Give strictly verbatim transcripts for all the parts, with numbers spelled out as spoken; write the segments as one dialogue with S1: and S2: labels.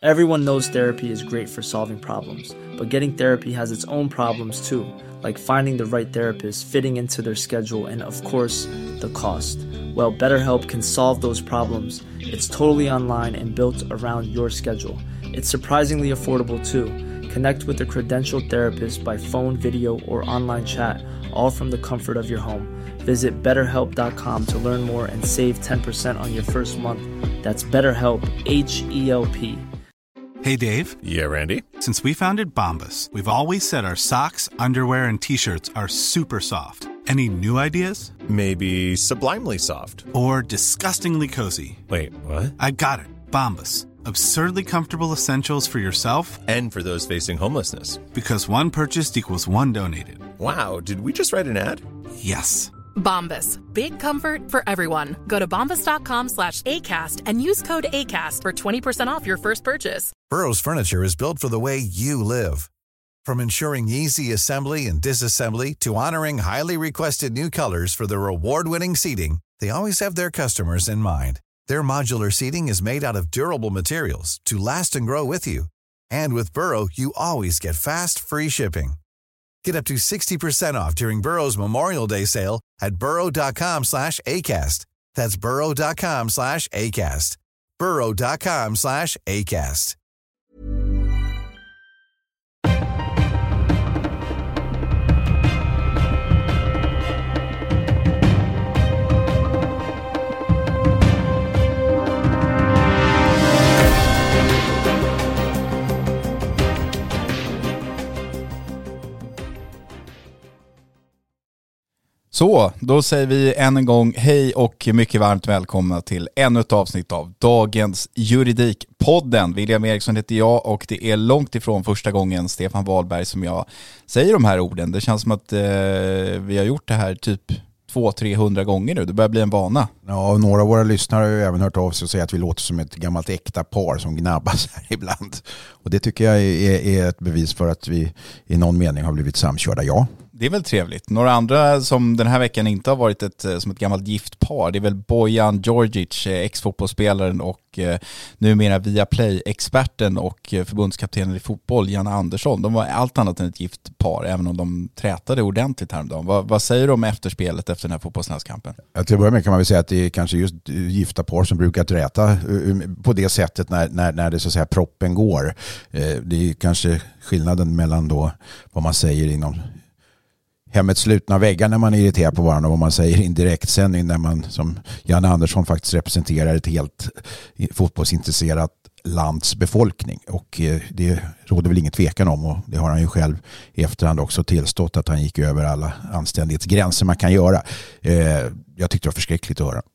S1: Everyone knows therapy is great for solving problems, but getting therapy has its own problems too, like finding the right therapist, fitting into their schedule, and of course, the cost. Well, BetterHelp can solve those problems. It's totally online and built around your schedule. It's surprisingly affordable too. Connect with a credentialed therapist by phone, video, or online chat, all from the comfort of your home. Visit better help dot com to learn more and save ten percent on your first month. That's BetterHelp, H E L P.
S2: Hey, Dave.
S3: Yeah, Randy.
S2: Since we founded Bombas, we've always said our socks, underwear, and T-shirts are super soft. Any new ideas?
S3: Maybe sublimely soft.
S2: Or disgustingly cozy.
S3: Wait, what?
S2: I got it. Bombas. Absurdly comfortable essentials for yourself
S3: and for those facing homelessness.
S2: Because one purchased equals one donated.
S3: Wow, did we just write an ad?
S2: Yes.
S4: Bombas. Big comfort for everyone. Go to bombas dot com slash ACAST and use code ACAST for twenty percent off your first purchase.
S5: Burrow's furniture is built for the way you live. From ensuring easy assembly and disassembly to honoring highly requested new colors for their award-winning seating, they always have their customers in mind. Their modular seating is made out of durable materials to last and grow with you. And with Burrow, you always get fast, free shipping. Get up to sixty percent off during Burrow's Memorial Day sale at burrow dot com slash ACAST. That's burrow dot com slash ACAST. burrow dot com slash ACAST.
S6: Så, då säger vi än en gång hej och mycket varmt välkomna till ännu ett avsnitt av dagens Juridikpodden. William Eriksson heter jag och det är långt ifrån första gången Stefan Wahlberg som jag säger de här orden. Det känns som att eh, vi har gjort det här typ två till trehundra gånger nu. Det börjar bli en vana.
S7: Ja, några av våra lyssnare har ju även hört av sig och säger att vi låter som ett gammalt äkta par som gnabbas här ibland. Och det tycker jag är, är ett bevis för att vi i någon mening har blivit samkörda, ja.
S6: Det är väl trevligt. Några andra som den här veckan inte har varit ett, som ett gammalt gift par, det är väl Bojan Djordjic, ex-fotbollsspelaren och eh, numera Viaplay-experten och eh, förbundskaptenen i fotboll, Janne Andersson. De var allt annat än ett gift par, även om de trätade ordentligt häromdagen. Va, vad säger du om efterspelet efter den här fotbollslandskampen?
S7: Ja, till att börja med kan man väl säga att det är kanske just gifta par som brukar träta på det sättet när, när, när det så att säga proppen går. Eh, det är kanske skillnaden mellan då vad man säger inom hemmets slutna väggar när man är irriterad på varandra och vad man säger i en direktsändning när man som Janne Andersson faktiskt representerar ett helt fotbollsintresserat lands befolkning. Och det råder väl ingen tvekan om, och det har han ju själv i efterhand också tillstått, att han gick över alla anständighetsgränser man kan göra. Jag tyckte det var förskräckligt att höra.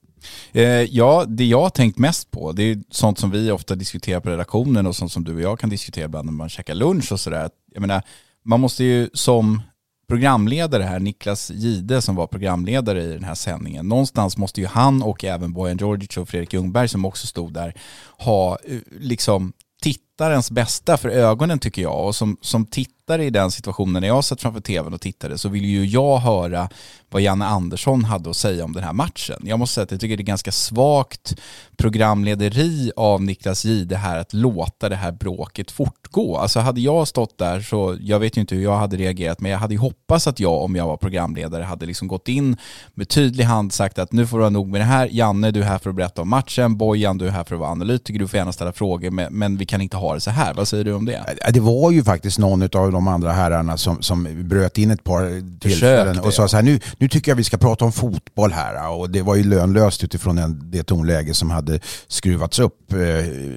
S6: Ja, det jag har tänkt mest på, det är sånt som vi ofta diskuterar på redaktionen och sånt som du och jag kan diskutera ibland när man käkar lunch och sådär. Jag menar, man måste ju som programledare här, Niklas Gide som var programledare i den här sändningen. Någonstans måste ju han och även Bojan Djordjic och Fredrik Ljungberg som också stod där ha liksom tittarens bästa för ögonen, tycker jag. Och som, som tittare i den situationen när jag satt framför tvn och tittade, så vill ju jag höra vad Janne Andersson hade att säga om den här matchen. Jag måste säga att jag tycker det är ganska svagt programlederi av Niklas Gide här att låta det här bråket fortgå. Alltså hade jag stått där, så jag vet ju inte hur jag hade reagerat, men jag hade ju hoppats att jag, om jag var programledare, hade liksom gått in med tydlig hand sagt att nu får du vara nog med det här. Janne, du är här för att berätta om matchen. Bojan, du är här för att vara analytiker. Du får gärna ställa frågor, men, men vi kan inte ha det så här. Vad säger du om det?
S7: Det var ju faktiskt någon av de andra herrarna som, som bröt in ett par tillfällen och sa så här, nu, nu tycker jag vi ska prata om fotboll här. Och det var ju lönlöst utifrån en, det tonläge som hade skruvats upp eh,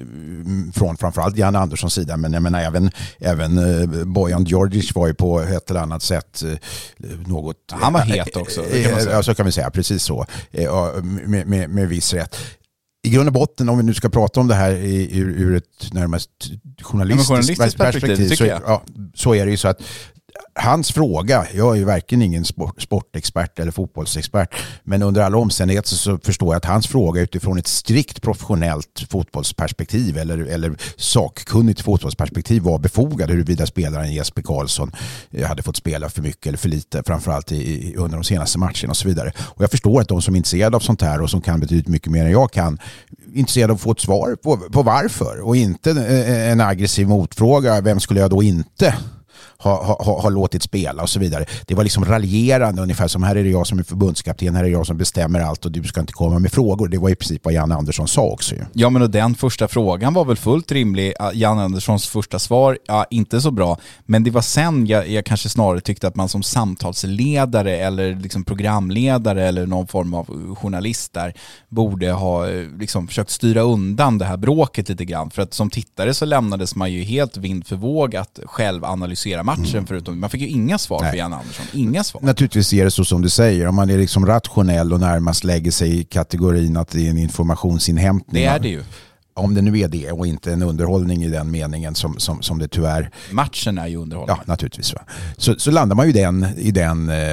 S7: från framförallt Janne Anderssons sida, men jag menar även, även eh, Bojan Djordjic var ju på ett eller annat sätt eh, något...
S6: Han var het också.
S7: Eh, kan man säga. Ja, så kan vi säga, precis så. Eh, med, med, med viss rätt. I grund och botten, om vi nu ska prata om det här ur, ur ett närmast journalistiskt, ja, journalistiskt perspektiv, perspektiv så, ja, så är det ju så att hans fråga, jag är ju verkligen ingen sportexpert eller fotbollsexpert, men under alla omständigheter så förstår jag att hans fråga utifrån ett strikt professionellt fotbollsperspektiv eller, eller sakkunnigt fotbollsperspektiv var befogad, huruvida spelaren Jesper Karlsson hade fått spela för mycket eller för lite, framförallt i, under de senaste matcherna och så vidare. Och jag förstår att de som är intresserade av sånt här och som kan betydligt mycket mer än jag kan intresserad av att få ett svar på, på varför och inte en aggressiv motfråga. Vem skulle jag då inte ha, ha, ha låtit spela och så vidare. Det var liksom raljerande, ungefär som här är det jag som är förbundskapten, här är jag som bestämmer allt och du ska inte komma med frågor. Det var i princip vad Jan Andersson sa också. Ju.
S6: Ja, men och den första frågan var väl fullt rimlig. Jan Anderssons första svar, ja, inte så bra. Men det var sen jag, jag kanske snarare tyckte att man som samtalsledare eller liksom programledare eller någon form av journalist där borde ha liksom försökt styra undan det här bråket lite grann. För att som tittare så lämnades man ju helt vind för våg att själv analysera matchen. Mm. Förutom, man fick ju inga svar för Jan Andersson. Inga svar.
S7: Naturligtvis är det så som du säger. Om man är liksom rationell och närmast lägger sig i kategorin att det är en informationsinhämtning.
S6: Det är det ju.
S7: Om det nu är det och inte en underhållning i den meningen som, som, som det tyvärr...
S6: Matchen är ju underhållning.
S7: Ja, naturligtvis. Va? Så, så landar man ju den, i, den, eh,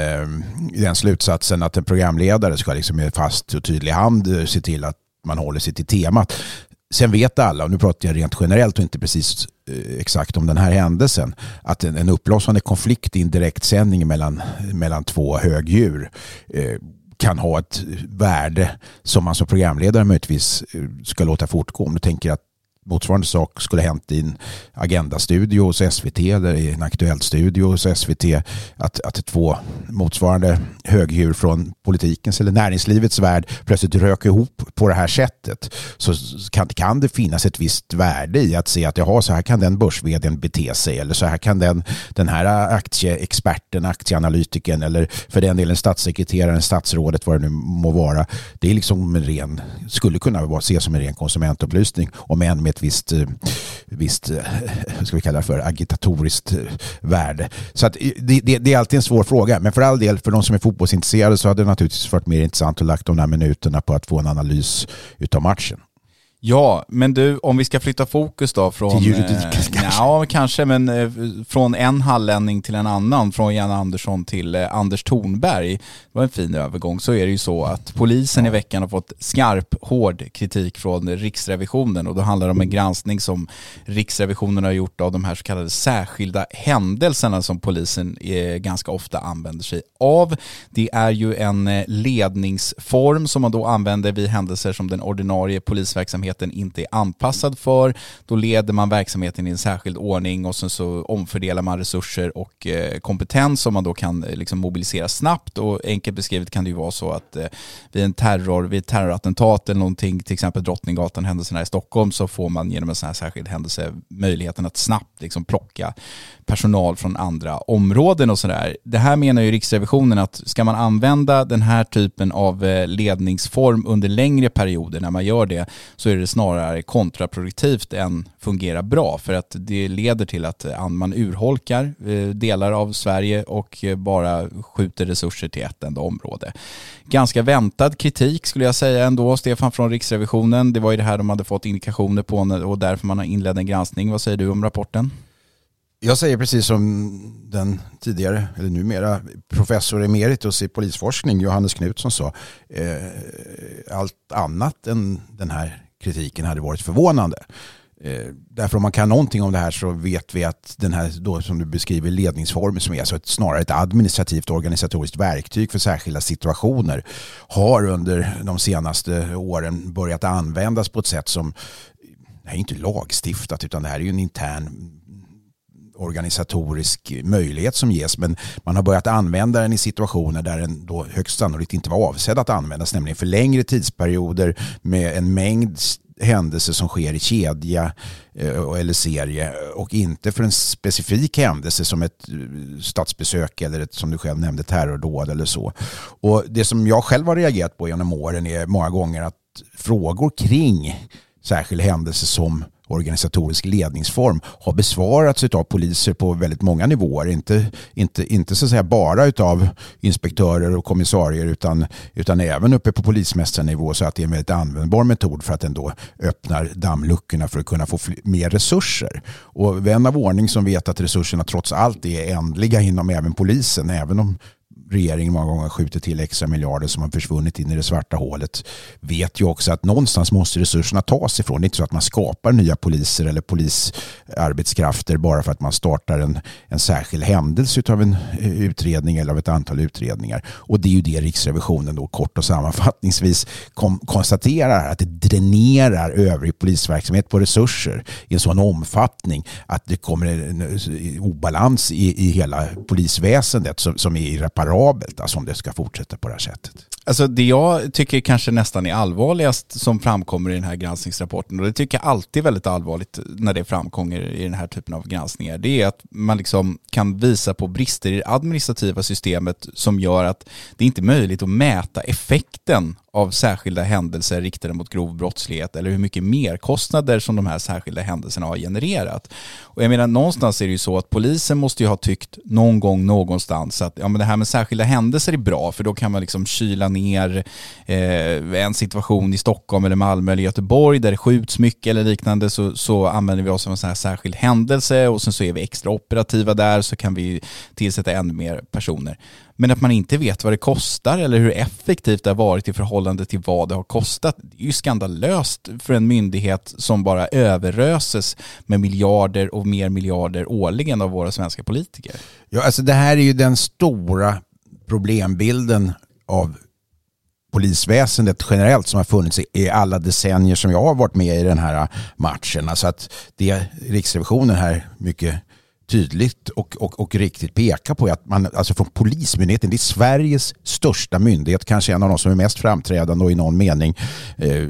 S7: i den slutsatsen att en programledare ska liksom med fast och tydlig hand se till att man håller sig till temat. Sen vet alla, och nu pratar jag rent generellt och inte precis eh, exakt om den här händelsen, att en, en uppblossande konflikt i en direktsändning mellan, mellan två högdjur eh, kan ha ett värde som man som programledare möjligtvis ska låta fortgå. Om du tänker att motsvarande sak skulle hänt i en Agenda-studio hos S V T eller i en aktuell studio hos S V T, att, att två motsvarande högdjur från politikens eller näringslivets värld plötsligt röker ihop på det här sättet, så kan, kan det finnas ett visst värde i att se att jaha, så här kan den börsvdn bete sig, eller så här kan den, den här aktieexperten, aktieanalytiken eller för den delen statssekreteraren, statsrådet, vad det nu må vara. Det är liksom en ren, skulle kunna vara, ses som en ren konsumentupplysning, om än med ett visst, visst vad ska vi kalla det för, agitatoriskt värde. Så att det, det, det är alltid en svår fråga, men för all del, för de som är fotbollsintresserade så hade det naturligtvis varit mer intressant att lagt de här minuterna på att få en analys utav matchen.
S6: Ja, men du, om vi ska flytta fokus då från...
S7: Till juridiken eh, kanske?
S6: Ja, kanske, men eh, från en hallänning till en annan, från Jan Andersson till eh, Anders Thornberg. Det var en fin övergång. Så är det ju så att polisen i veckan har fått skarp, hård kritik från Riksrevisionen, och då handlar det om en granskning som Riksrevisionen har gjort av de här så kallade särskilda händelserna som polisen eh, ganska ofta använder sig av. Det är ju en eh, ledningsform som man då använder vid händelser som den ordinarie polisverksamheten inte är anpassad för. Då leder man verksamheten i en särskild ordning och sen så omfördelar man resurser och eh, kompetens som man då kan eh, liksom mobilisera snabbt, och enkelt beskrivet kan det ju vara så att eh, vid en terror, vid ett terrorattentat eller någonting, till exempel Drottninggatan, händelserna i Stockholm, så får man genom en sån här särskild händelse möjligheten att snabbt liksom plocka personal från andra områden och sådär. Det här menar ju Riksrevisionen att ska man använda den här typen av eh, ledningsform under längre perioder, när man gör det, så är det snarare kontraproduktivt än fungerar bra, för att det leder till att man urholkar delar av Sverige och bara skjuter resurser till ett enda område. Ganska väntad kritik skulle jag säga ändå, Stefan, från Riksrevisionen. Det var ju det här de hade fått indikationer på och därför man har inlett en granskning. Vad säger du om rapporten?
S7: Jag säger precis som den tidigare, eller numera, professor emeritus i polisforskning, Johannes Knutsson, sa. Eh, allt annat än den här kritiken hade varit förvånande. Eh, därför om man kan någonting om det här så vet vi att den här, då, som du beskriver, ledningsformen, som är alltså ett, snarare ett administrativt organisatoriskt verktyg för särskilda situationer, har under de senaste åren börjat användas på ett sätt som, det här är inte lagstiftat, utan det här är ju en intern organisatorisk möjlighet som ges, men man har börjat använda den i situationer där den då högst sannolikt inte var avsedd att användas, nämligen för längre tidsperioder med en mängd händelser som sker i kedja eller serie, och inte för en specifik händelse som ett statsbesök eller ett, som du själv nämnde, terrordåd eller så. Och det som jag själv har reagerat på genom åren är många gånger att frågor kring särskild händelse som organisatorisk ledningsform har besvarats av poliser på väldigt många nivåer. Inte, inte, inte så att säga bara av inspektörer och kommissarier, utan, utan även uppe på polismästarnivå, så att det är en väldigt användbar metod för att ändå öppnar dammluckorna för att kunna få fl- mer resurser. Och vän av ordning som vet att resurserna trots allt är ändliga inom även polisen, även om regeringen många gånger skjuter till extra miljarder som har försvunnit in i det svarta hålet, vet ju också att någonstans måste resurserna tas ifrån. Det är inte så att man skapar nya poliser eller polisarbetskrafter bara för att man startar en, en särskild händelse av en utredning eller av ett antal utredningar. Och det är ju det Riksrevisionen då kort och sammanfattningsvis kom, konstaterar, att det dränerar övrig polisverksamhet på resurser i en sån omfattning att det kommer en obalans i, i hela polisväsendet som, som är irreparabelt, alltså om det ska fortsätta på det här sättet.
S6: Alltså det jag tycker kanske nästan är allvarligast som framkommer i den här granskningsrapporten, och det tycker jag alltid är väldigt allvarligt när det framkommer i den här typen av granskningar, det är att man liksom kan visa på brister i det administrativa systemet som gör att det inte är möjligt att mäta effekten av särskilda händelser riktade mot grov brottslighet eller hur mycket merkostnader som de här särskilda händelserna har genererat. Och jag menar, någonstans är det ju så att polisen måste ju ha tyckt någon gång någonstans att ja, men det här med särskilda händelser är bra, för då kan man liksom kyla ner eh, en situation i Stockholm eller Malmö eller Göteborg där det skjuts mycket eller liknande, så, så använder vi oss av en sån här särskild händelse och sen så är vi extra operativa där, så kan vi tillsätta ännu mer personer. Men att man inte vet vad det kostar eller hur effektivt det har varit i förhållande till vad det har kostat, det är ju skandalöst för en myndighet som bara överröses med miljarder och mer miljarder årligen av våra svenska politiker.
S7: Ja, alltså det här är ju den stora problembilden av polisväsendet generellt som har funnits i alla decennier som jag har varit med i den här matchen. Alltså att det Riksrevisionen här mycket tydligt och, och, och riktigt pekar på att man, alltså från polismyndigheten, det är Sveriges största myndighet, kanske en av de som är mest framträdande och i någon mening eh,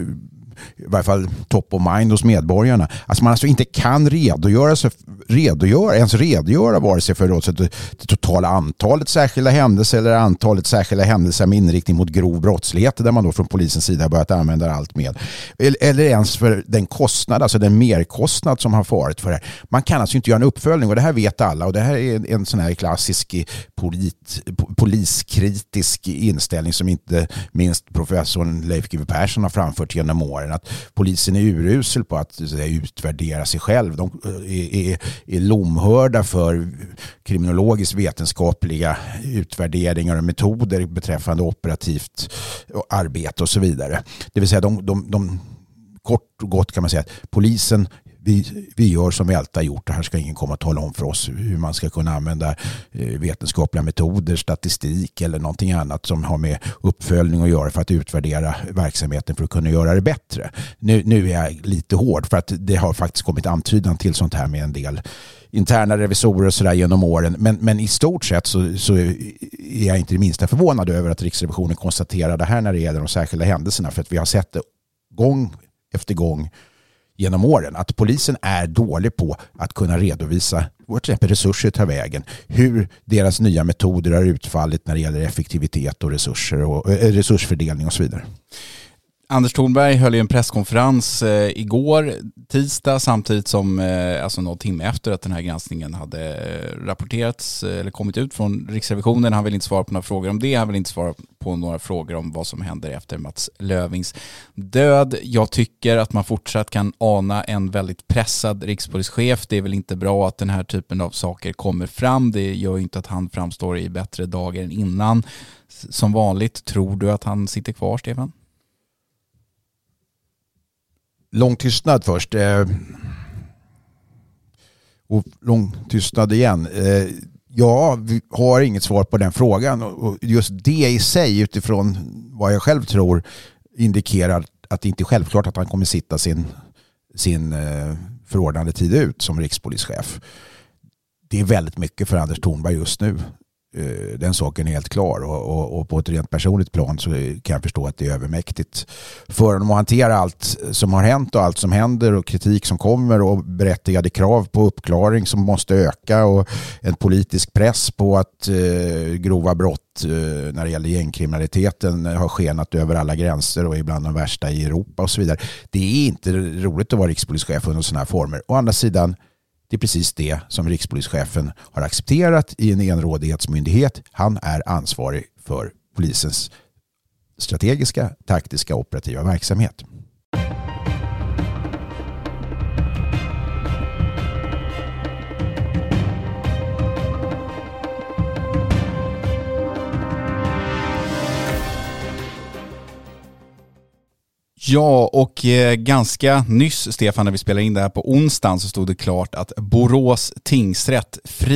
S7: i varje fall top of mind hos medborgarna. Alltså man alltså inte kan redogöra, sig, redogöra ens redogöra vare sig för det, det totala antalet särskilda händelser eller antalet särskilda händelser med inriktning mot grov brottslighet där man då från polisens sida har börjat använda allt med. Eller ens för den kostnad, alltså den merkostnad som har varit för det här. Man kan alltså inte göra en uppföljning, och det här vet alla, och det här är en sån här klassisk polit, poliskritisk inställning som inte minst professorn Leif G W Persson har framfört genom åren, att polisen är urusel på att säga, utvärdera sig själv. De är, är, är lomhörda för kriminologiskt vetenskapliga utvärderingar och metoder beträffande operativt arbete och så vidare. Det vill säga de, de, de kort och gott kan man säga att polisen Vi, vi gör som vi alltid har gjort. Det här ska ingen komma och tala om för oss hur man ska kunna använda vetenskapliga metoder, statistik eller någonting annat som har med uppföljning att göra för att utvärdera verksamheten för att kunna göra det bättre. Nu, nu är jag lite hård för att det har faktiskt kommit antydan till sånt här med en del interna revisorer och sådär genom åren. Men, men i stort sett så, så är jag inte det minsta förvånad över att Riksrevisionen konstaterar det här när det gäller de särskilda händelserna, för att vi har sett det gång efter gång genom åren, att polisen är dålig på att kunna redovisa vart till exempel resurser tar vägen, hur deras nya metoder har utfallit när det gäller effektivitet och resurser och äh, resursfördelning och så vidare.
S6: Anders Thornberg höll ju en presskonferens eh, igår tisdag, samtidigt som eh, alltså någon timme efter att den här granskningen hade eh, rapporterats eh, eller kommit ut från Riksrevisionen. Han vill inte svara på några frågor om det. Han vill inte svara på några frågor om vad som händer efter Mats Lövings död. Jag tycker att man fortsatt kan ana en väldigt pressad rikspolischef. Det är väl inte bra att den här typen av saker kommer fram. Det gör ju inte att han framstår i bättre dagar än innan. Som vanligt, tror du att han sitter kvar, Stefan?
S7: Lång tystnad först. Eh, och lång tystnad igen. Eh, ja, vi har inget svar på den frågan. Och just det i sig, utifrån vad jag själv tror, indikerar att det inte är självklart att han kommer sitta sin, sin eh, förordnande tid ut som rikspolischef. Det är väldigt mycket för Anders Thornberg just nu. Den saken är helt klar, och, och, och på ett rent personligt plan så kan jag förstå att det är övermäktigt för honom att hantera allt som har hänt och allt som händer och kritik som kommer och berättigade krav på uppklaring som måste öka och en politisk press på att eh, grova brott eh, när det gäller gängkriminaliteten har skenat över alla gränser och är bland de värsta i Europa och så vidare. Det är inte roligt att vara rikspolischef under sådana här former. Å andra sidan, det är precis det som rikspolischefen har accepterat i en enrådighetsmyndighet. Han är ansvarig för polisens strategiska, taktiska, operativa verksamhet.
S6: Ja, och eh, ganska nyss, Stefan, när vi spelar in det här på onsdagen så stod det klart att Borås tingsrätt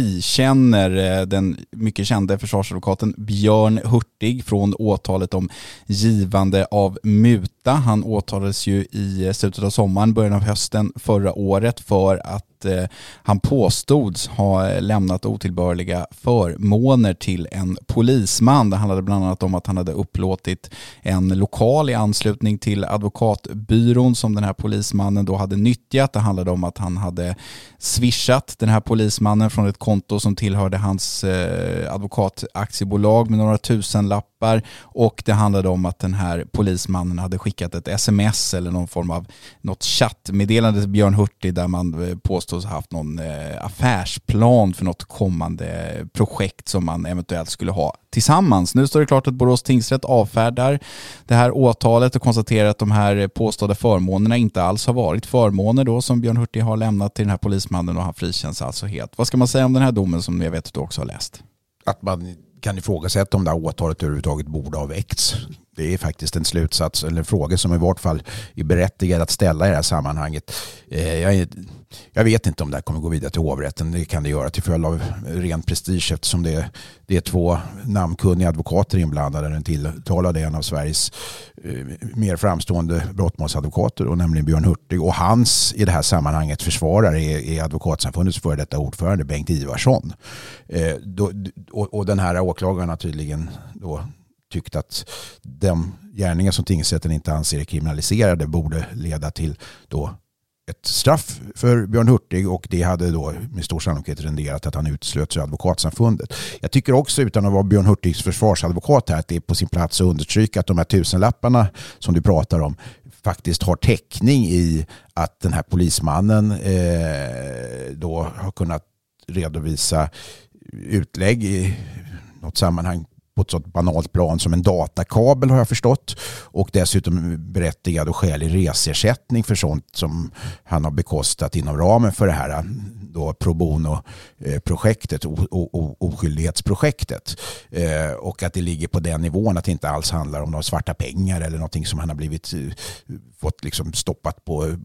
S6: frikänner eh, den mycket kända försvarsadvokaten Björn Hurtig från åtalet om givande av muta. Han åtalades ju i slutet av sommaren, början av hösten förra året för att eh, han påstods ha lämnat otillbörliga förmåner till en polisman. Det handlade bland annat om att han hade upplåtit en lokal i anslutning till advokatbyrån som den här polismannen då hade nyttjat. Det handlade om att han hade swishat den här polismannen från ett konto som tillhörde hans eh, advokataktiebolag med några tusen lappar, och det handlade om att den här polismannen hade skickat ett sms eller någon form av något chattmeddelande till Björn Hurtig där man påstås ha haft någon eh, affärsplan för något kommande projekt som man eventuellt skulle ha tillsammans. Nu står det klart att Borås tingsrätt avfärdar det här åtalet och konstaterar att de här påstådda förmånerna inte alls har varit förmåner då som Björn Hurtig har lämnat till den här polismannen, och han frikänns alltså helt. Vad ska man säga om den här domen som jag vet att du också har läst?
S7: Att man kan ifrågasätta om det här åtalet överhuvudtaget borde ha väckts. Det är faktiskt en slutsats eller en fråga som i vart fall är berättigad att ställa i det här sammanhanget. Jag, är, jag vet inte om det här kommer gå vidare till hovrätten. Det kan det göra till följd av ren prestige, eftersom det är, det är två namnkunniga advokater inblandade. Den tilltalade en av Sveriges eh, mer framstående brottmålsadvokater, och nämligen Björn Hurtig. Och hans i det här sammanhanget försvarare är, är Advokatsamfundets före detta ordförande Bengt Ivarsson. Eh, då, och, och den här åklagaren har tydligen då tyckt att de gärningar som tingsrätten inte anser är kriminaliserade borde leda till då ett straff för Björn Hurtig, och det hade då med stor sannolikhet renderat att han uteslöts ur Advokatsamfundet. Jag tycker också, utan att vara Björn Hurtigs försvarsadvokat här, att det är på sin plats att understryka att de här tusenlapparna som du pratar om faktiskt har täckning i att den här polismannen eh, då har kunnat redovisa utlägg i något sammanhang på ett sådant banalt plan som en datakabel, har jag förstått, och dessutom berättigad och skälig resersättning för sånt som han har bekostat inom ramen för det här då pro bono-projektet, oskyldighetsprojektet, och att det ligger på den nivån att det inte alls handlar om några svarta pengar eller någonting som han har blivit fått liksom stoppat på,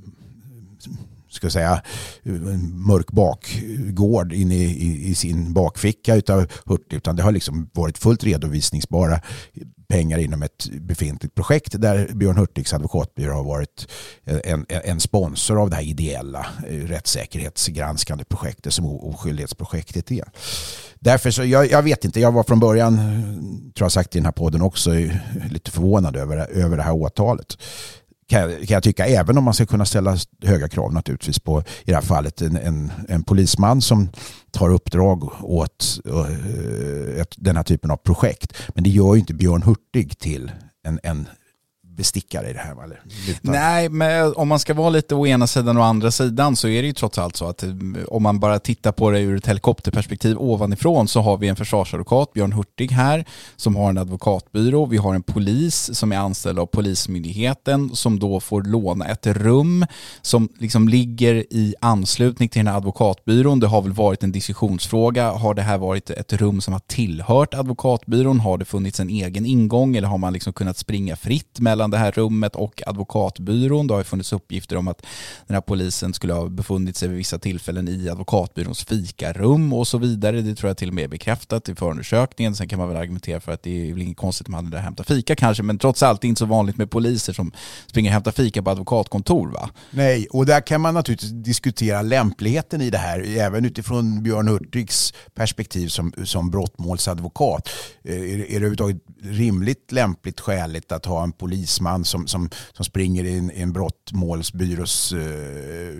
S7: ska jag säga, mörk bakgård inne i, i, i sin bakficka utav Hurtig, utan det har liksom varit fullt redovisningsbara pengar inom ett befintligt projekt där Björn Hurtigs advokatbyrå har varit en, en sponsor av det här ideella rättssäkerhetsgranskande projektet som oskyldighetsprojektet är. Därför så, jag, jag vet inte, jag var från början, tror jag sagt i den här podden också, lite förvånad över, över det här åtalet. Kan, kan jag tycka, även om man ska kunna ställa höga krav naturligtvis på, i det här fallet, en, en, en polisman som tar uppdrag åt uh, ett, den här typen av projekt. Men det gör ju inte Björn Hurtig till en, en bestickare i det här, eller?
S6: Nej, men om man ska vara lite å ena sidan och andra sidan så är det ju trots allt så att om man bara tittar på det ur ett helikopterperspektiv ovanifrån, så har vi en försvarsadvokat, Björn Hurtig här, som har en advokatbyrå. Vi har en polis som är anställd av Polismyndigheten som då får låna ett rum som liksom ligger i anslutning till den här advokatbyrån. Det har väl varit en diskussionsfråga. Har det här varit ett rum som har tillhört advokatbyrån? Har det funnits en egen ingång, eller har man liksom kunnat springa fritt mellan det här rummet och advokatbyrån? Det har ju funnits uppgifter om att den här polisen skulle ha befunnit sig vid vissa tillfällen i advokatbyråns fikarum och så vidare. Det tror jag till och med är bekräftat i förundersökningen. Sen kan man väl argumentera för att det är väl inget konstigt om man hade hämtat fika kanske, men trots allt är det inte så vanligt med poliser som springer och hämtar fika på advokatkontor, va?
S7: Nej, och där kan man naturligtvis diskutera lämpligheten i det här, även utifrån Björn Hurtigs perspektiv som, som brottmålsadvokat. Är, är det överhuvudtaget rimligt, lämpligt, skäligt att ha en polisman Som, som, som springer in i en brottmålsbyrås eh,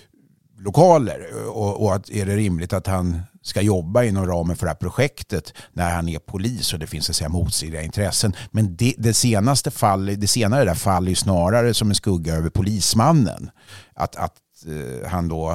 S7: lokaler, och, och att är det rimligt att han ska jobba inom ramen för det här projektet när han är polis och det finns så att säga motstridiga intressen. Men det, det senaste fall, det senare där faller ju snarare som en skugga över polismannen, att, att eh, han då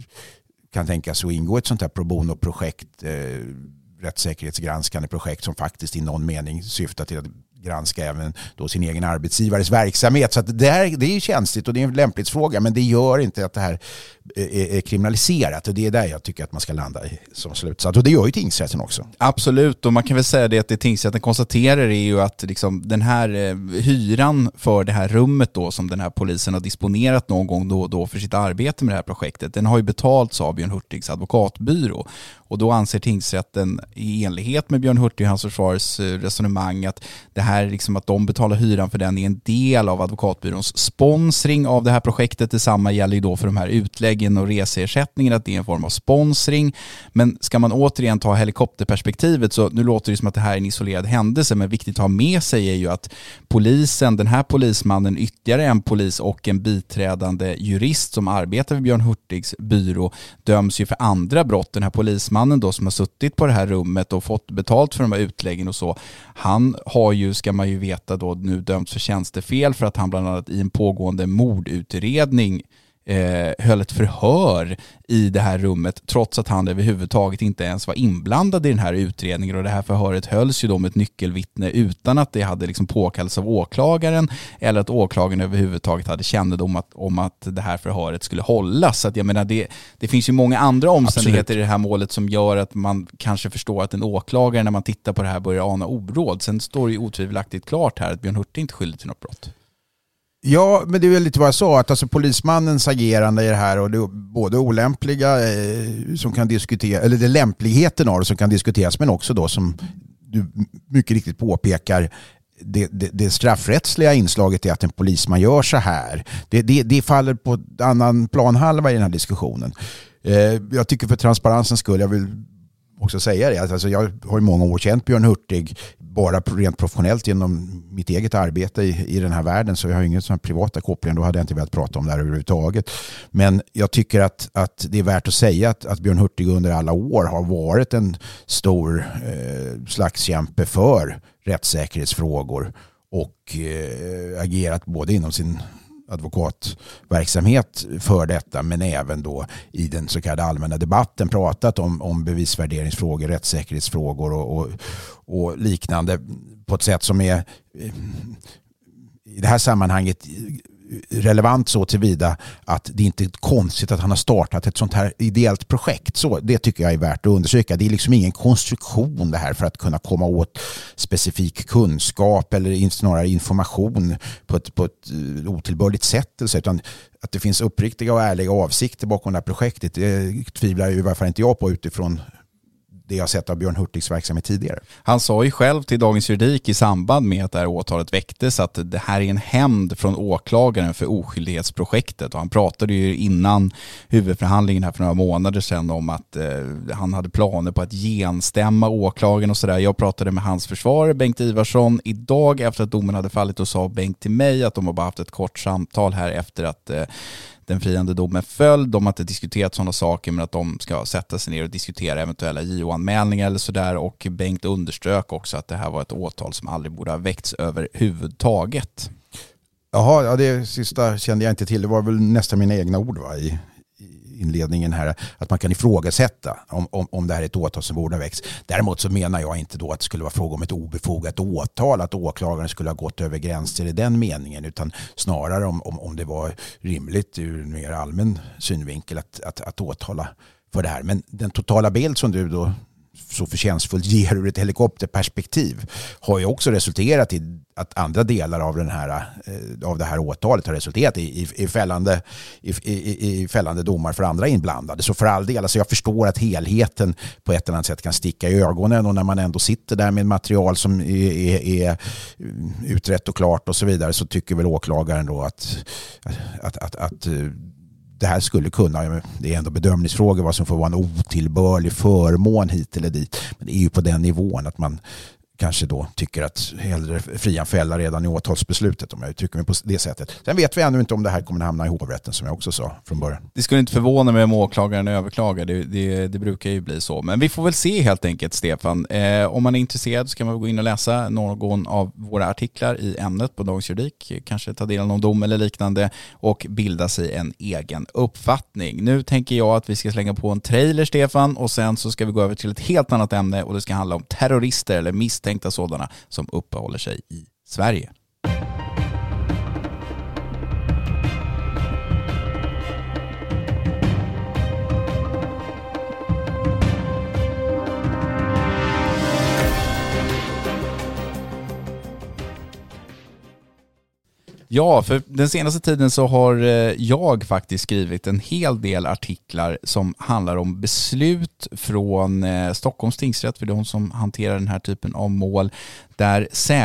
S7: kan tänka sig att ingå ett sånt här pro bono-projekt, eh, rättssäkerhetsgranskande projekt som faktiskt i någon mening syftar till att granska även då sin egen arbetsgivares verksamhet. Så att det, här, det är ju känsligt och det är en lämplighetsfråga, men det gör inte att det här är, är kriminaliserat, och det är där jag tycker att man ska landa i som slutsats. Och det gör ju tingsrätten också.
S6: Absolut, och man kan väl säga det att det tingsrätten konstaterar är ju att liksom den här eh, hyran för det här rummet då som den här polisen har disponerat någon gång då och då för sitt arbete med det här projektet, den har ju betalts av Björn Hurtigs advokatbyrå. Och då anser tingsrätten i enlighet med Björn Hurtig och hans försvars resonemang att det här liksom att de betalar hyran för den är en del av advokatbyråns sponsring av det här projektet. Detsamma gäller ju då för de här utläggen och reseersättningen, att det är en form av sponsring. Men ska man återigen ta helikopterperspektivet, så nu låter det som att det här är en isolerad händelse, men viktigt att ha med sig är ju att polisen, den här polismannen, ytterligare en polis och en biträdande jurist som arbetar vid Björn Hurtigs byrå döms ju för andra brott. Den här polismannen då som har suttit på det här rummet och fått betalt för de här utläggen och så, han har ju, ska man ju veta då, nu dömts för tjänstefel för att han bland annat i en pågående mordutredning eh, höll ett förhör i det här rummet, trots att han överhuvudtaget inte ens var inblandad i den här utredningen. Och det här förhöret hölls ju då med ett nyckelvittne utan att det hade liksom påkallats av åklagaren eller att åklagaren överhuvudtaget hade kännedom om att, om att det här förhöret skulle hållas. Så att jag menar, det, det finns ju många andra omständigheter Absolut. I det här målet som gör att man kanske förstår att en åklagare när man tittar på det här börjar ana oråd. Sen står det ju otvivelaktigt klart här att Björn Hurtig inte är skyldig till något brott.
S7: Ja, men det är väl lite vad jag sa, att alltså polismannens agerande i det här och det både olämpliga eh, som kan diskutera, eller det lämpligheten av det som kan diskuteras, men också då som du mycket riktigt påpekar, det, det, det straffrättsliga inslaget är att en polisman gör så här. Det, det, det faller på en annan planhalva i den här diskussionen. Eh, jag tycker för transparensens skull, jag vill också säga det, alltså jag har i många år känt Björn Hurtig bara rent professionellt genom mitt eget arbete i, i den här världen, så jag har ingen sån privata koppling, då hade jag inte velat prata om det här överhuvudtaget. Men jag tycker att, att det är värt att säga att, att Björn Hurtig under alla år har varit en stor eh, slagskämpe för rättssäkerhetsfrågor och eh, agerat både inom sin advokatverksamhet för detta, men även då i den så kallade allmänna debatten pratat om, om bevisvärderingsfrågor, rättssäkerhetsfrågor och, och, och liknande på ett sätt som är i det här sammanhanget relevant så tillvida att det inte är konstigt att han har startat ett sånt här ideellt projekt. Så det tycker jag är värt att undersöka. Det är liksom ingen konstruktion det här för att kunna komma åt specifik kunskap eller snarare information på ett, på ett otillbörligt sätt, utan att det finns uppriktiga och ärliga avsikter bakom det här projektet. Det tvivlar ju i varje fall inte jag på utifrån det jag sett av Björn Hurtigs verksamhet tidigare. Han sa ju själv till Dagens Juridik i samband med att det här åtalet väcktes att det här är en hämnd från åklagaren för oskyldighetsprojektet, och han pratade ju innan huvudförhandlingen här för några månader sedan om att eh, han hade planer på att genstämma åklagaren och sådär. Jag pratade med hans försvarare Bengt Ivarsson idag efter att domen hade fallit och sa Bengt till mig att de har bara haft ett kort samtal här efter att eh, den friande domen föll. De har inte diskuterat sådana saker, men att de ska sätta sig ner och diskutera eventuella J O-anmälningar eller sådär. Och Bengt underströk också att det här var ett åtal som aldrig borde ha väckts överhuvudtaget. Jaha, ja, det sista kände jag inte till. Det var väl nästan mina egna ord va, i inledningen här, att man kan ifrågasätta om, om, om det här är ett åtal som borde ha väckts. Däremot så menar jag inte då att det skulle vara fråga om ett obefogat åtal, att åklagaren skulle ha gått över gränser i den meningen, utan snarare om, om, om det var rimligt ur en mer allmän synvinkel att, att, att åtala för det här. Men den totala bild som du då så förtjänstfullt ger ur ett helikopterperspektiv har ju också resulterat i att andra delar av den här av det här åtalet har resulterat i, i, i, fällande, i, i, i fällande domar för andra inblandade. Så för all del, alltså jag förstår att helheten på ett eller annat sätt kan sticka i ögonen, och när man ändå sitter där med material som är, är, är utrett och klart och så vidare, så tycker väl åklagaren då att att, att, att det här skulle kunna, det är ändå bedömningsfrågor vad som får vara en otillbörlig förmån hit eller dit. Men det är ju på den nivån att man kanske då tycker att hellre fria fälla redan i åtalsbeslutet, om jag uttrycker mig på det sättet. Sen vet vi ännu inte om det här kommer att hamna i hovrätten, som jag också sa från början. Det skulle inte förvåna mig om åklagaren överklagar, det, det, det brukar ju bli så. Men vi får väl se helt enkelt, Stefan. Eh, om man är intresserad så kan man gå in och läsa någon av våra artiklar i ämnet på Dagens Juridik, kanske ta del av någon dom eller liknande och bilda sig en egen uppfattning. Nu tänker jag att vi ska slänga på en trailer, Stefan, och sen så ska vi gå över till ett helt annat ämne, och det ska handla om terrorister eller misstänkta
S6: misstänkta sådana som uppehåller sig i Sverige. Ja, för den senaste tiden så har jag faktiskt skrivit en hel del artiklar som handlar om beslut från Stockholms tingsrätt, för de som hanterar den här typen av mål, där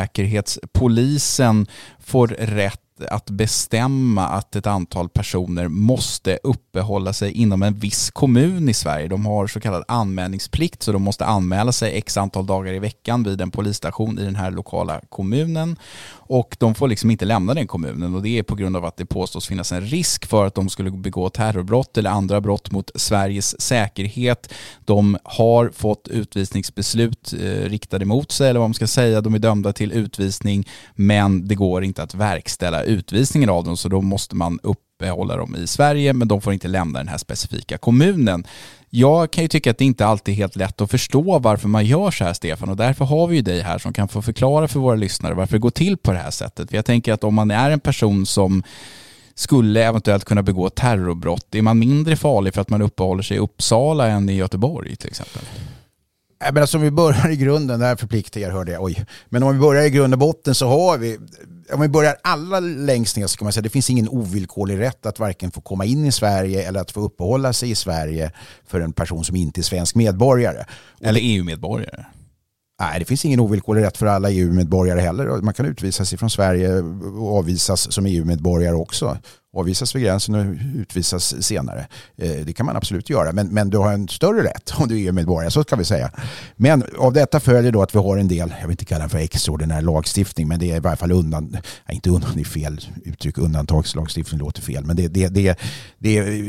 S6: säkerhetspolisen får rätt att bestämma att ett antal personer måste uppehålla sig inom en viss kommun i Sverige. De har så kallad anmälningsplikt, så de måste anmäla sig x antal dagar i veckan vid en polisstation i den här lokala kommunen, och de får liksom inte lämna den kommunen, och det är på grund av att det påstås finnas en risk för att de skulle begå terrorbrott eller andra brott mot Sveriges säkerhet. De har fått utvisningsbeslut eh, riktade mot sig, eller vad man ska säga. De är dömda till utvisning, men det går inte att verkställa utvisningen av dem, så då måste man uppehålla dem i Sverige, men de får inte lämna den här specifika kommunen. Jag kan ju tycka att det inte alltid är helt lätt att förstå varför man gör så här, Stefan, och därför har vi ju dig här som kan få förklara för våra lyssnare varför det går till på det här sättet. För jag tänker att om man är en person som skulle eventuellt kunna begå terrorbrott, är man mindre farlig för att man uppehåller sig i Uppsala än i Göteborg till exempel?
S7: Men alltså, om vi börjar i grunden, där förpliktar jag, hörde jag, oj. Men om vi börjar i grund och botten så har vi, om vi börjar alla längst ner så kan man säga att det finns ingen ovillkorlig rätt att varken få komma in i Sverige eller att få uppehålla sig i Sverige för en person som inte är svensk medborgare.
S6: Eller E U-medborgare.
S7: Nej, det finns ingen ovillkorlig rätt för alla E U-medborgare heller. Man kan utvisas ifrån Sverige och avvisas som E U-medborgare också. Avvisas vid gränsen och utvisas senare. Det kan man absolut göra. Men, men du har en större rätt om du är E U-medborgare, så kan vi säga. Men av detta följer då att vi har en del, jag vill inte kalla den för extraordinär lagstiftning, men det är i varje fall undan, nej, inte undan, det är fel uttryck, undantagslagstiftning låter fel. Men det, det, det, det är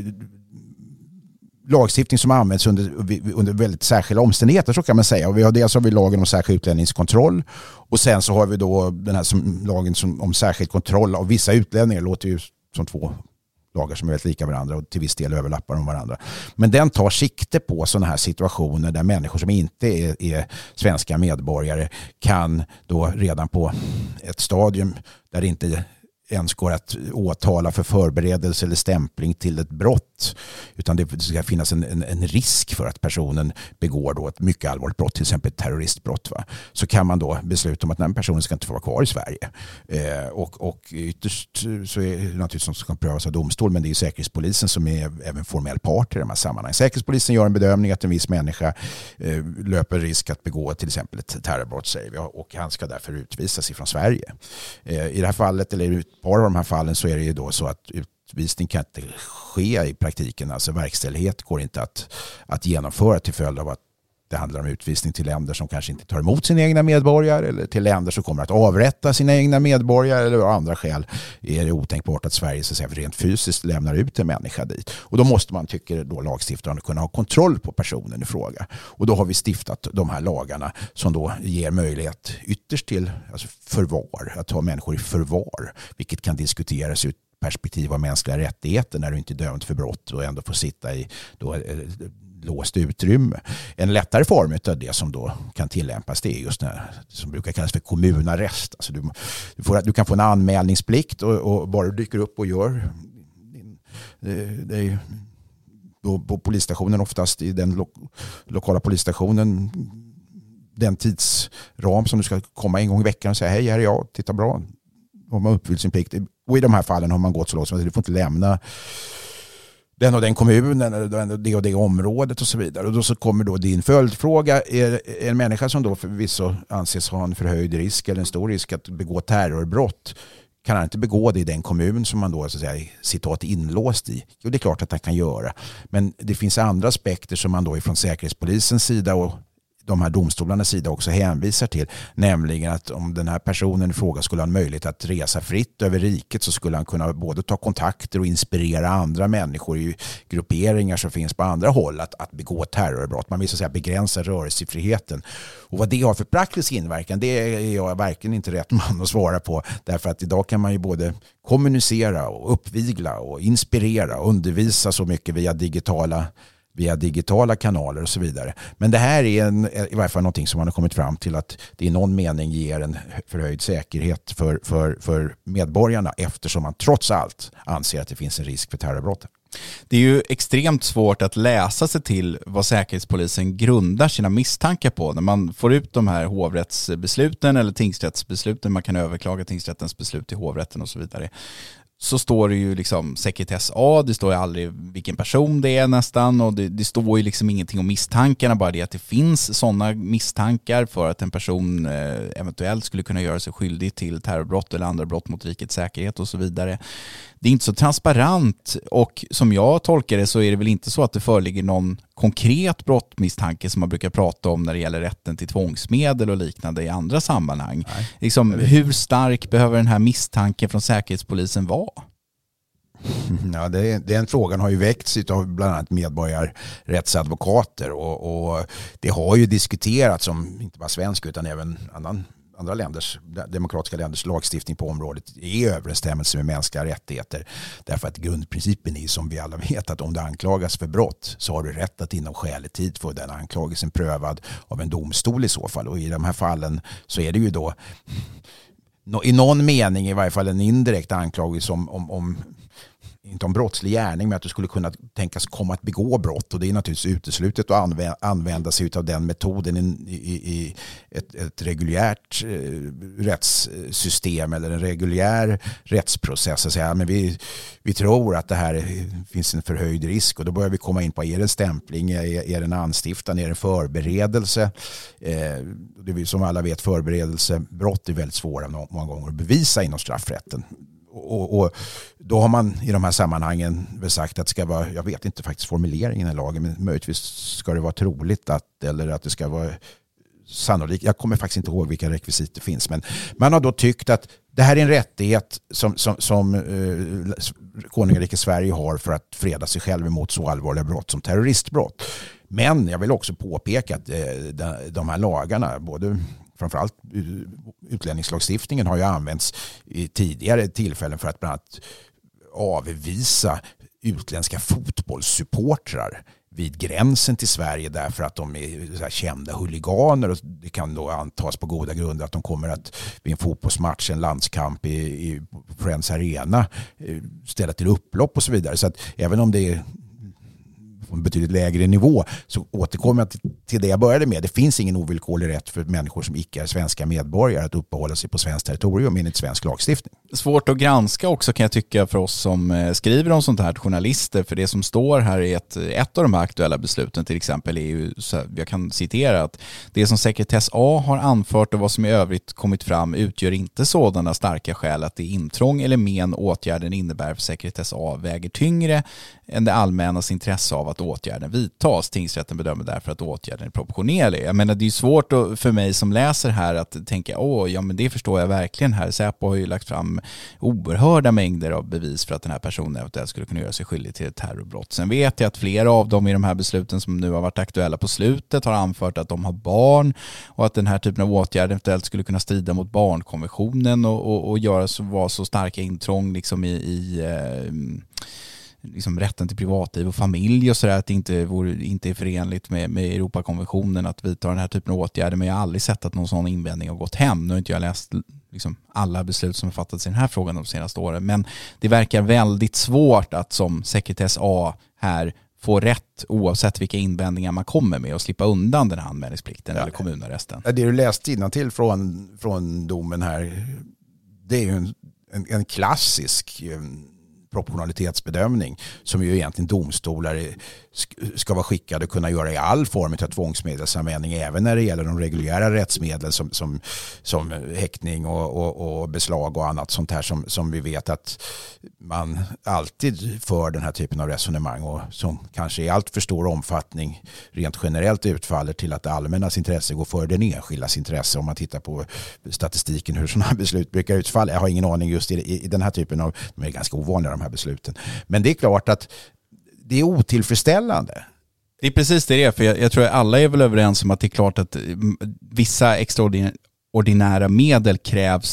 S7: lagstiftning som används under, under väldigt särskilda omständigheter, så kan man säga. Och vi har dels har vi lagen om särskild utlänningskontroll, och sen så har vi då den här som, lagen som, om särskild kontroll av vissa utlänningar. Det låter ju som två lagar som är väldigt lika varandra och till viss del överlappar de varandra. Men den tar sikte på sådana här situationer där människor som inte är, är svenska medborgare kan då redan på ett stadium där det inte ens går att åtala för förberedelse eller stämpling till ett brott, utan det ska finnas en, en, en risk för att personen begår då ett mycket allvarligt brott, till exempel ett terroristbrott, va? Så kan man då besluta om att den personen ska inte få vara kvar i Sverige. Eh, och, och ytterst så är det naturligtvis som ska prövas av domstol, men det är ju Säkerhetspolisen som är även formell part i de här sammanhangen. Säkerhetspolisen gör en bedömning att en viss människa eh, löper risk att begå till exempel ett terrorbrott, säger vi, och han ska därför utvisas ifrån Sverige. Eh, I det här fallet, eller i ett par av de här fallen, så är det ju då så att utvisning kan inte ske i praktiken. Alltså verkställighet går inte att, att genomföra till följd av att det handlar om utvisning till länder som kanske inte tar emot sina egna medborgare, eller till länder som kommer att avrätta sina egna medborgare, eller av andra skäl är det otänkbart att Sverige så att säga, rent fysiskt lämnar ut en människa dit. Och då måste man, tycker då lagstiftaren, kunna ha kontroll på personen i fråga. Och då har vi stiftat de här lagarna som då ger möjlighet ytterst till alltså förvar, att ha människor i förvar, vilket kan diskuteras ut perspektiv av mänskliga rättigheter när du inte är dömd för brott och ändå får sitta i då låst utrymme. En lättare form av det som då kan tillämpas, det är just det här som brukar kallas för kommunarrest. Alltså du, du, får, du kan få en anmälningsplikt och, och bara du dyker upp och gör det, det är då på polisstationen, oftast i den lo, lokala polisstationen, den tidsram som du ska komma en gång i veckan och säga hej, här är jag, titta bra, om man uppfyllt sin plikt. Och i de här fallen har man gått så långt som att du får inte lämna den och den kommunen eller det och det området och så vidare. Och då så kommer då din följdfråga. Är en människa som då förvisso anses ha en förhöjd risk eller en stor risk att begå terrorbrott, kan han inte begå det i den kommun som man då så att säga citat inlåst i? Jo, det är klart att han kan göra. Men det finns andra aspekter som man då ifrån Säkerhetspolisens sida och de här domstolarnas sida också hänvisar till, nämligen att om den här personen i fråga skulle ha en möjlighet att resa fritt över riket, så skulle han kunna både ta kontakter och inspirera andra människor i grupperingar som finns på andra håll att, att begå terrorbrott. Man vill så att säga begränsa rörelsefriheten. Och vad det har för praktisk inverkan, det är jag verkligen inte rätt man att svara på, därför att idag kan man ju både kommunicera och uppvigla och inspirera och undervisa så mycket via digitala via digitala kanaler och så vidare. Men det här är en, i varje fall någonting som man har kommit fram till att det i någon mening ger en förhöjd säkerhet för, för, för medborgarna eftersom man trots allt anser att det finns en risk för terrorbrott.
S6: Det är ju extremt svårt att läsa sig till vad Säkerhetspolisen grundar sina misstankar på. När man får ut de här hovrättsbesluten eller tingsrättsbesluten, man kan överklaga tingsrättens beslut till hovrätten och så vidare, så står det ju liksom sekretess A, det står ju aldrig vilken person det är nästan, och det, det står ju liksom ingenting om misstankarna, bara det att det finns sådana misstankar för att en person eh, eventuellt skulle kunna göra sig skyldig till terrorbrott eller andra brott mot rikets säkerhet och så vidare. Det är inte så transparent, och som jag tolkar det så är det väl inte så att det föreligger någon konkret brottmisstanke som man brukar prata om när det gäller rätten till tvångsmedel och liknande i andra sammanhang. Liksom, hur stark behöver den här misstanken från Säkerhetspolisen vara?
S7: Ja, det, den frågan har ju väckts av bland annat medborgarrättsadvokater och, och det har ju diskuterats om inte bara svensk utan även annan andra länders, demokratiska länders lagstiftning på området i överensstämmelse med mänskliga rättigheter. Därför att grundprincipen är, som vi alla vet, att om du anklagas för brott så har du rätt att inom skälig tid få den anklagelsen prövad av en domstol i så fall. Och i de här fallen så är det ju då i någon mening i varje fall en indirekt anklagelse om, om, om inte om brottslig gärning, men att du skulle kunna tänkas komma att begå brott, och det är naturligtvis uteslutet att använda, använda sig av den metoden i, i, i ett, ett reguljärt eh, rättssystem eller en reguljär rättsprocess. Så men vi, vi tror att det här finns en förhöjd risk, och då börjar vi komma in på, är det en stämpling, är, är det en anstiftan, är det en förberedelse? Eh, det, som alla vet, förberedelsebrott är väldigt svåra många gånger att bevisa inom straffrätten. Och, och då har man i de här sammanhangen sagt att det ska vara, jag vet inte faktiskt formuleringen i lagen, men möjligtvis ska det vara troligt att, eller att det ska vara sannolikt. Jag kommer faktiskt inte ihåg vilka rekvisit det finns, men man har då tyckt att det här är en rättighet som, som, som eh, konungariket Sverige har för att freda sig själv emot så allvarliga brott som terroristbrott. Men jag vill också påpeka att eh, de, de här lagarna, både framförallt utlänningslagstiftningen, har ju använts i tidigare tillfällen för att bland annat avvisa utländska fotbollssupportrar vid gränsen till Sverige därför att de är så här kända huliganer, och det kan då antas på goda grunder att de kommer att vid en fotbollsmatch, en landskamp i, i Friends Arena ställa till upplopp och så vidare. Så att även om det är på en betydligt lägre nivå så återkommer jag till det jag började med. Det finns ingen ovillkorlig rätt för människor som icke är svenska medborgare att uppehålla sig på svenskt territorium enligt svensk lagstiftning. Svårt att granska också, kan jag tycka, för oss som skriver om sånt här, journalister, för det som står här i ett, ett av de här aktuella besluten till exempel är ju, så jag kan citera att det som sekretess A har anfört och vad som i övrigt kommit fram utgör inte sådana starka skäl att det intrång eller men åtgärden innebär för sekretess A väger tyngre än det allmännas intresse av att åtgärden vidtas. Tingsrätten bedömer därför att åtgärden är proportionerlig. Jag menar, det är ju svårt för mig som läser här att tänka, åh, ja men det förstår jag verkligen här. Säpo har ju lagt fram oerhörda mängder av bevis för att den här personen eventuellt skulle kunna göra sig skyldig till ett terrorbrott. Sen vet jag att flera av dem i de här besluten som nu har varit aktuella på slutet har anfört att de har barn och att den här typen av åtgärder eventuellt skulle kunna strida mot barnkonventionen och, och, och göra så, vara så starka intrång liksom i, i eh, liksom rätten till privatliv och familj och sådär, att det inte, vore, inte är förenligt med, med Europakonventionen att vidta den här typen av åtgärder. Men jag har aldrig sett att någon sån invändning har gått hem. Nu har inte jag läst liksom alla beslut som har fattats i den här frågan de senaste åren, men det verkar väldigt svårt att som sekretess A här få rätt oavsett vilka invändningar man kommer med och slippa undan den här anmälningsplikten, ja, eller kommunarresten. Det du läste innantill från, från domen här, det är ju en, en, en klassisk proportionalitetsbedömning som ju egentligen domstolar ska vara skickade att kunna göra i all form av tvångsmedelsanvändning, även när det gäller de reguljära rättsmedel som, som, som häktning och, och, och beslag och annat sånt här som, som vi vet att man alltid för den här typen av resonemang och som kanske i allt för stor omfattning rent generellt utfaller till att det allmännas intresse går för den enskildas intresse. Om man tittar på statistiken hur sådana här beslut brukar utfalla. Jag har ingen aning just i, i den här typen av, de är ganska ovanliga de här besluten. Men det är klart att det är otillfredsställande. Det är precis det det är, för jag, jag tror att alla är väl överens om att det är klart att vissa extraordinära medel krävs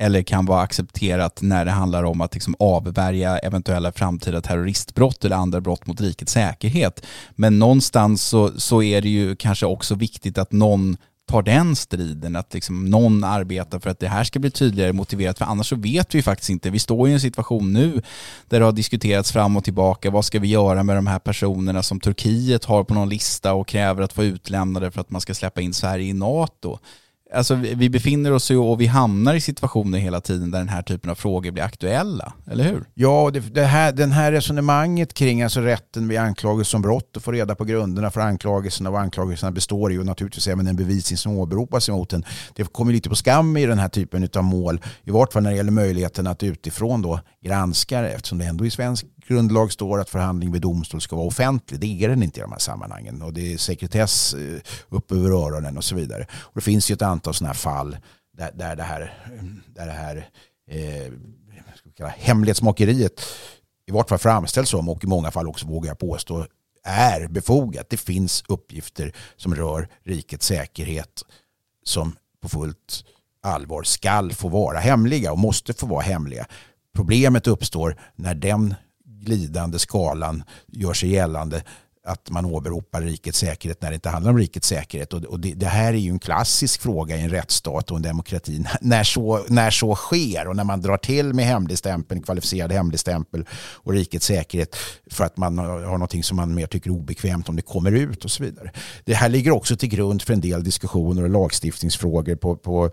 S6: eller kan vara accepterat när det handlar om att liksom avvärja eventuella framtida terroristbrott eller andra brott mot rikets säkerhet. Men någonstans så, så är det ju kanske också viktigt att någon tar den striden, att liksom någon arbetar för att det här ska bli tydligare motiverat, för annars så vet vi faktiskt inte. Vi står i en situation nu där det har diskuterats fram och tillbaka, vad ska vi göra med de här personerna som Turkiet har på någon lista och kräver att få utlämnade för att man ska släppa in Sverige i NATO. Alltså vi befinner oss ju och vi hamnar i situationer hela tiden där den här typen av frågor blir aktuella, eller hur?
S7: Ja, det, det här, den här resonemanget kring alltså rätten vid anklagelse som brott och få reda på grunderna för anklagelserna och anklagelserna består ju naturligtvis även en bevisning som åberopas emot den. Det kommer lite på skam i den här typen av mål, i vart fall när det gäller möjligheten att utifrån då granska, eftersom det ändå i svensk grundlag står att förhandling vid domstol ska vara offentlig. Det är den inte i de här sammanhangen och det är sekretess upp över öronen och så vidare. Och det finns ju ett antal sådana här fall där, där det här, där det här eh, ska vi kalla hemlighetsmakeriet i vart fall framställs som, och i många fall också vågar jag påstå är befogat. Det finns uppgifter som rör rikets säkerhet som på fullt allvar skall få vara hemliga och måste få vara hemliga. Problemet uppstår när den glidande skalan gör sig gällande att man åberopar rikets säkerhet när det inte handlar om rikets säkerhet. Och det, det här är ju en klassisk fråga i en rättsstat och en demokrati. När så, när så sker och när man drar till med hemligstämpeln, kvalificerad hemligstämpel och rikets säkerhet för att man har någonting som man mer tycker är obekvämt om det kommer ut och så vidare. Det här ligger också till grund för en del diskussioner och lagstiftningsfrågor på, på,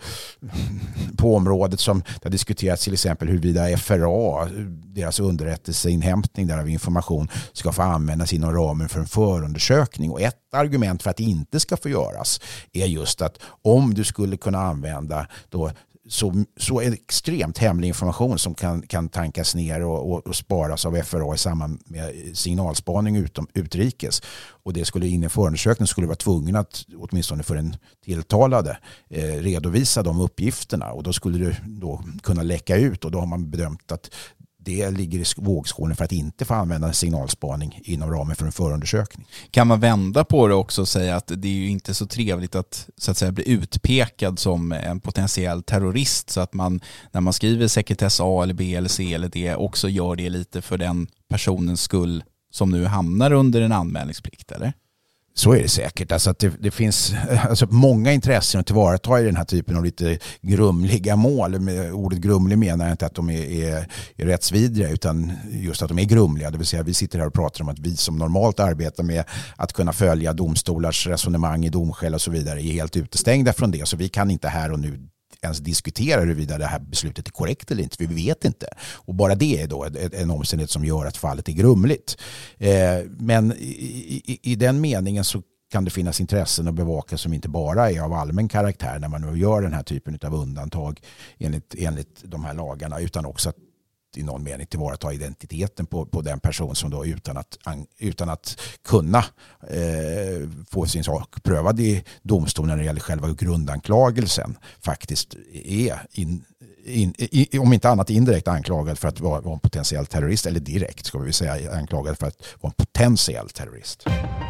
S7: på området som det har diskuterats, till exempel huruvida F R A, deras underrättelseinhämtning där av information, ska få användas inom ramen för en förundersökning. Och ett argument för att det inte ska få göras är just att om du skulle kunna använda då så, så extremt hemlig information som kan, kan tankas ner och, och, och sparas av F R A i samband med signalspaning utom, utrikes, och det skulle in i förundersökningen skulle vara tvungen att åtminstone för en tilltalade eh, redovisa de uppgifterna, och då skulle det då kunna läcka ut, och då har man bedömt att det ligger i vågskålen för att inte få använda signalspaning inom ramen för en förundersökning. Kan
S6: man vända på det också och säga att det är ju inte så trevligt att, så att säga, bli utpekad som en potentiell terrorist, så att man när man skriver sekretess A eller B eller C eller D också gör det lite för den personens skull som nu hamnar under en anmälningsplikt, eller?
S7: Så är det säkert. Alltså att det, det finns alltså många intressen att tillvarata i den här typen av lite grumliga mål. Med ordet grumlig menar jag inte att de är, är, är rättsvidriga, utan just att de är grumliga. Det vill säga vi sitter här och pratar om att vi som normalt arbetar med att kunna följa domstolars resonemang i domskäl och så vidare är helt utestängda från det. Så vi kan inte här och nu ens diskutera huruvida det här beslutet är korrekt eller inte. Vi vet inte. Och bara det är då en omständighet som gör att fallet är grumligt. Eh, men i, i, i den meningen så kan det finnas intressen att bevaka som inte bara är av allmän karaktär när man nu gör den här typen av undantag enligt, enligt de här lagarna, utan också att i någon mening tillvarata identiteten på, på den person som då utan att, utan att kunna eh, få sin sak prövad i domstolen när det gäller själva grundanklagelsen faktiskt är in, in, in, om inte annat indirekt anklagad för att vara, vara en potentiell terrorist, eller direkt ska vi säga anklagad för att vara en potentiell terrorist.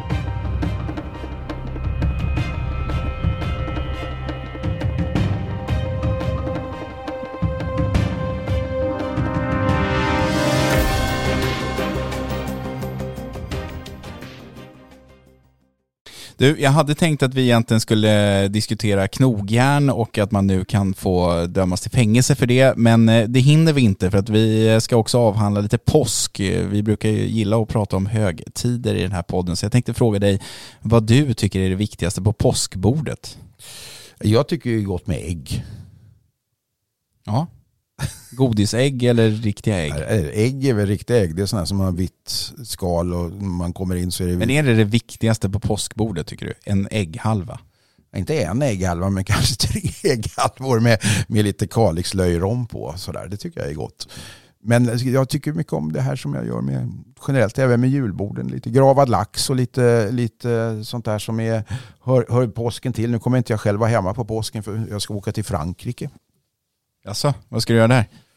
S6: Du, jag hade tänkt att vi egentligen skulle diskutera knogjärn och att man nu kan få dömas till fängelse för det, men det hinner vi inte för att vi ska också avhandla lite påsk. Vi brukar ju gilla att prata om högtider i den här podden, så jag tänkte fråga dig vad du tycker är det viktigaste på påskbordet.
S7: Jag tycker det är gott med ägg.
S6: Ja. Godisägg eller riktiga ägg?
S7: Ägg är väl riktiga ägg. Det är sådana som har vitt skal och man kommer in så är det...
S6: Men är det det viktigaste på påskbordet tycker du? En ägghalva?
S7: Inte en ägghalva, men kanske tre ägghalvor med, med lite kalixlöjrom på. Sådär. Det tycker jag är gott. Men jag tycker mycket om det här som jag gör med generellt även med julborden. Lite gravad lax och lite, lite sånt där som är, hör, hör påsken till. Nu kommer inte jag själv vara hemma på påsken för jag ska åka till Frankrike.
S6: Alltså, vad ska du göra där?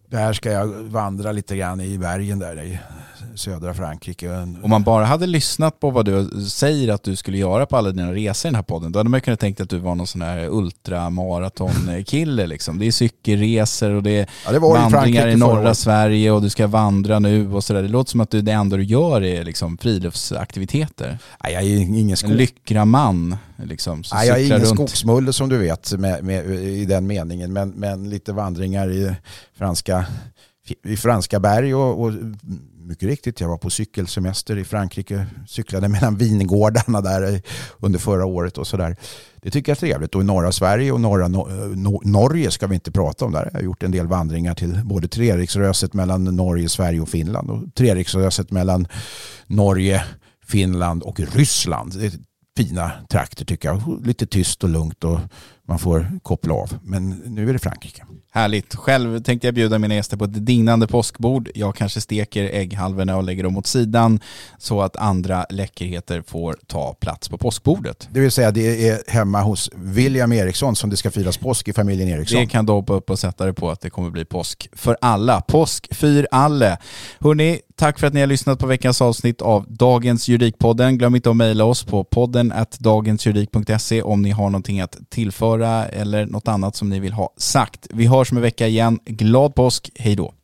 S7: där ska jag vandra lite grann i bergen där i södra Frankrike.
S6: Om man bara hade lyssnat på vad du säger att du skulle göra på alla dina resor i den här podden, då hade man kunnat tänka att du var någon sån här ultramaraton-kille liksom. Det är cykelresor och det är ja, det vandringar i, i norra Sverige och du ska vandra nu och sådär. Det låter som att du, det enda du gör är liksom friluftsaktiviteter.
S7: Nej, jag är ingen skog...
S6: En lyckraman liksom.
S7: Nej, jag är ingen runt. Skogsmulle som du vet med, med, i den meningen, men, men lite vandringar i franska, i franska berg och, och mycket riktigt, jag var på cykelsemester i Frankrike, cyklade mellan vingårdarna där under förra året och sådär. Det tycker jag är trevligt. Och i norra Sverige och norra no- Norge ska vi inte prata om där. Jag har gjort en del vandringar till både Treriksröset mellan Norge, Sverige och Finland och Treriksröset mellan Norge, Finland och Ryssland. Det är fina trakter tycker jag. Lite tyst och lugnt och man får koppla av. Men nu är det Frankrike.
S6: Härligt. Själv tänkte jag bjuda mina gäster på ett dignande påskbord. Jag kanske steker ägghalvorna och lägger dem åt sidan så att andra läckerheter får ta plats på påskbordet.
S7: Det vill säga det är hemma hos William Eriksson som det ska firas påsk i familjen Eriksson.
S6: Det kan du hoppa upp och sätta det på att det kommer bli påsk för alla. Påsk för alle. Hörrni, tack för att ni har lyssnat på veckans avsnitt av Dagens Juridikpodden. Glöm inte att mejla oss på podden at dagensjuridik punkt se om ni har någonting att tillföra eller något annat som ni vill ha sagt. Vi hörs om en vecka igen. Glad påsk. Hej då.